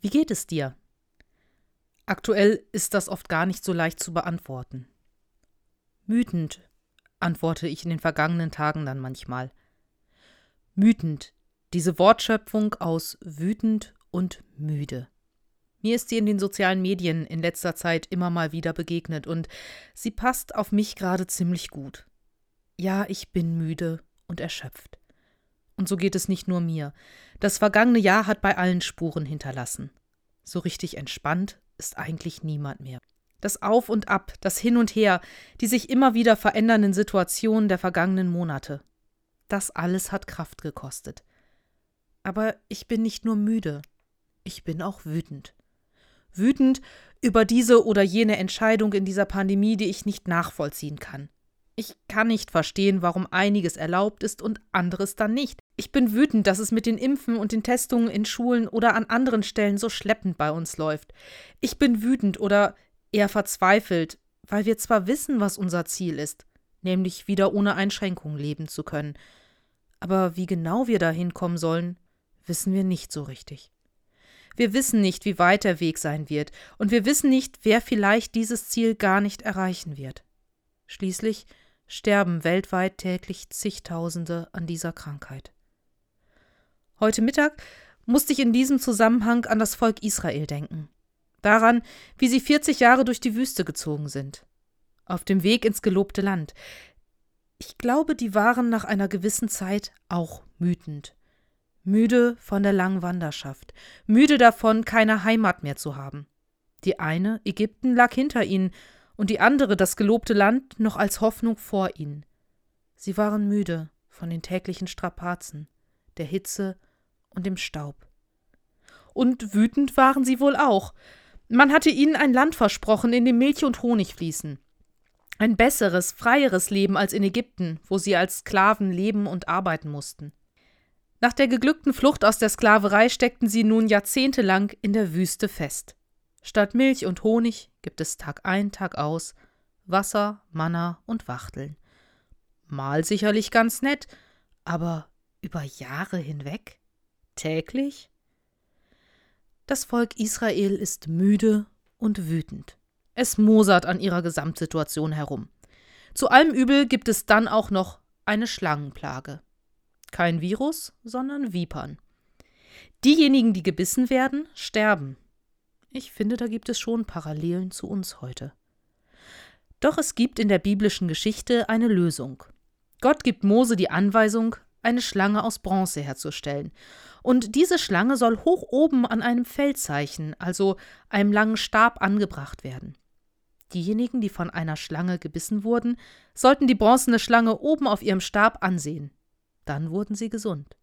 Wie geht es dir? Aktuell ist das oft gar nicht so leicht zu beantworten. Wütend, antworte ich in den vergangenen Tagen dann manchmal. Wütend, diese Wortschöpfung aus wütend und müde. Mir ist sie in den sozialen Medien in letzter Zeit immer mal wieder begegnet und sie passt auf mich gerade ziemlich gut. Ja, ich bin müde und erschöpft. Und so geht es nicht nur mir. Das vergangene Jahr hat bei allen Spuren hinterlassen. So richtig entspannt ist eigentlich niemand mehr. Das Auf und Ab, das Hin und Her, die sich immer wieder verändernden Situationen der vergangenen Monate. Das alles hat Kraft gekostet. Aber ich bin nicht nur müde, ich bin auch wütend. Wütend über diese oder jene Entscheidung in dieser Pandemie, die ich nicht nachvollziehen kann. Ich kann nicht verstehen, warum einiges erlaubt ist und anderes dann nicht. Ich bin wütend, dass es mit den Impfen und den Testungen in Schulen oder an anderen Stellen so schleppend bei uns läuft. Ich bin wütend oder eher verzweifelt, weil wir zwar wissen, was unser Ziel ist, nämlich wieder ohne Einschränkungen leben zu können. Aber wie genau wir da hinkommen sollen, wissen wir nicht so richtig. Wir wissen nicht, wie weit der Weg sein wird, und wir wissen nicht, wer vielleicht dieses Ziel gar nicht erreichen wird. Schließlich sterben weltweit täglich Zigtausende an dieser Krankheit. Heute Mittag musste ich in diesem Zusammenhang an das Volk Israel denken. Daran, wie sie 40 Jahre durch die Wüste gezogen sind. Auf dem Weg ins gelobte Land. Ich glaube, die waren nach einer gewissen Zeit auch wütend. Müde von der langen Wanderschaft. Müde davon, keine Heimat mehr zu haben. Die eine, Ägypten, lag hinter ihnen und die andere, das gelobte Land, noch als Hoffnung vor ihnen. Sie waren müde von den täglichen Strapazen, der Hitze und dem Staub. Und wütend waren sie wohl auch. Man hatte ihnen ein Land versprochen, in dem Milch und Honig fließen. Ein besseres, freieres Leben als in Ägypten, wo sie als Sklaven leben und arbeiten mussten. Nach der geglückten Flucht aus der Sklaverei steckten sie nun jahrzehntelang in der Wüste fest. Statt Milch und Honig gibt es Tag ein, Tag aus Wasser, Manna und Wachteln. Mal sicherlich ganz nett, aber über Jahre hinweg? Täglich? Das Volk Israel ist müde und wütend. Es mosert an ihrer Gesamtsituation herum. Zu allem Übel gibt es dann auch noch eine Schlangenplage. Kein Virus, sondern Vipern. Diejenigen, die gebissen werden, sterben. Ich finde, da gibt es schon Parallelen zu uns heute. Doch es gibt in der biblischen Geschichte eine Lösung. Gott gibt Mose die Anweisung, eine Schlange aus Bronze herzustellen. Und diese Schlange soll hoch oben an einem Feldzeichen, also einem langen Stab, angebracht werden. Diejenigen, die von einer Schlange gebissen wurden, sollten die bronzene Schlange oben auf ihrem Stab ansehen. Dann wurden sie gesund.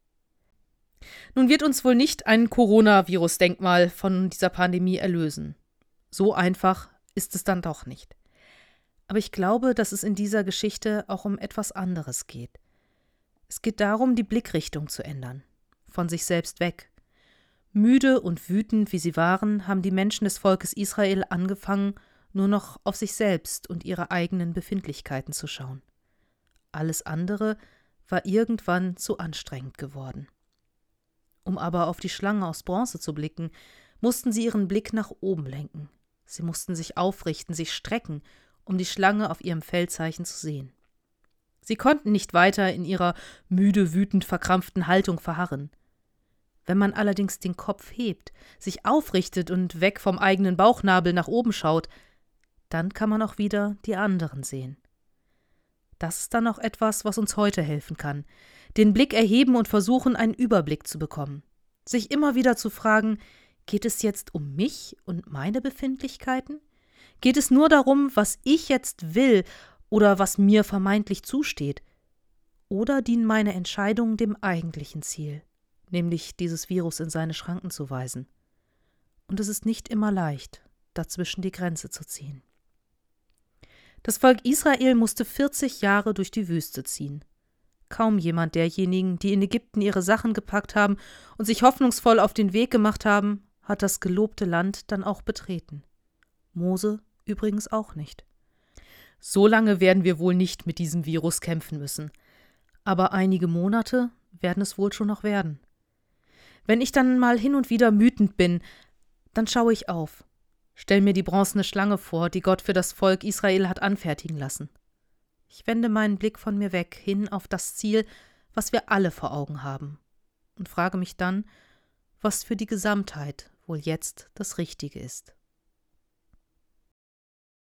Nun wird uns wohl nicht ein Coronavirus-Denkmal von dieser Pandemie erlösen. So einfach ist es dann doch nicht. Aber ich glaube, dass es in dieser Geschichte auch um etwas anderes geht. Es geht darum, die Blickrichtung zu ändern, von sich selbst weg. Müde und wütend, wie sie waren, haben die Menschen des Volkes Israel angefangen, nur noch auf sich selbst und ihre eigenen Befindlichkeiten zu schauen. Alles andere war irgendwann zu anstrengend geworden. Um aber auf die Schlange aus Bronze zu blicken, mussten sie ihren Blick nach oben lenken. Sie mussten sich aufrichten, sich strecken, um die Schlange auf ihrem Feldzeichen zu sehen. Sie konnten nicht weiter in ihrer müde, wütend verkrampften Haltung verharren. Wenn man allerdings den Kopf hebt, sich aufrichtet und weg vom eigenen Bauchnabel nach oben schaut, dann kann man auch wieder die anderen sehen. Das ist dann auch etwas, was uns heute helfen kann. Den Blick erheben und versuchen, einen Überblick zu bekommen. Sich immer wieder zu fragen, geht es jetzt um mich und meine Befindlichkeiten? Geht es nur darum, was ich jetzt will oder was mir vermeintlich zusteht? Oder dienen meine Entscheidungen dem eigentlichen Ziel, nämlich dieses Virus in seine Schranken zu weisen? Und es ist nicht immer leicht, dazwischen die Grenze zu ziehen. Das Volk Israel musste 40 Jahre durch die Wüste ziehen. Kaum jemand derjenigen, die in Ägypten ihre Sachen gepackt haben und sich hoffnungsvoll auf den Weg gemacht haben, hat das gelobte Land dann auch betreten. Mose übrigens auch nicht. So lange werden wir wohl nicht mit diesem Virus kämpfen müssen. Aber einige Monate werden es wohl schon noch werden. Wenn ich dann mal hin und wieder wütend bin, Dann schaue ich auf, stell mir die bronzene Schlange vor, die Gott für das Volk Israel hat anfertigen lassen. Ich wende meinen Blick von mir weg, hin auf das Ziel, was wir alle vor Augen haben, und frage mich dann, was für die Gesamtheit wohl jetzt das Richtige ist.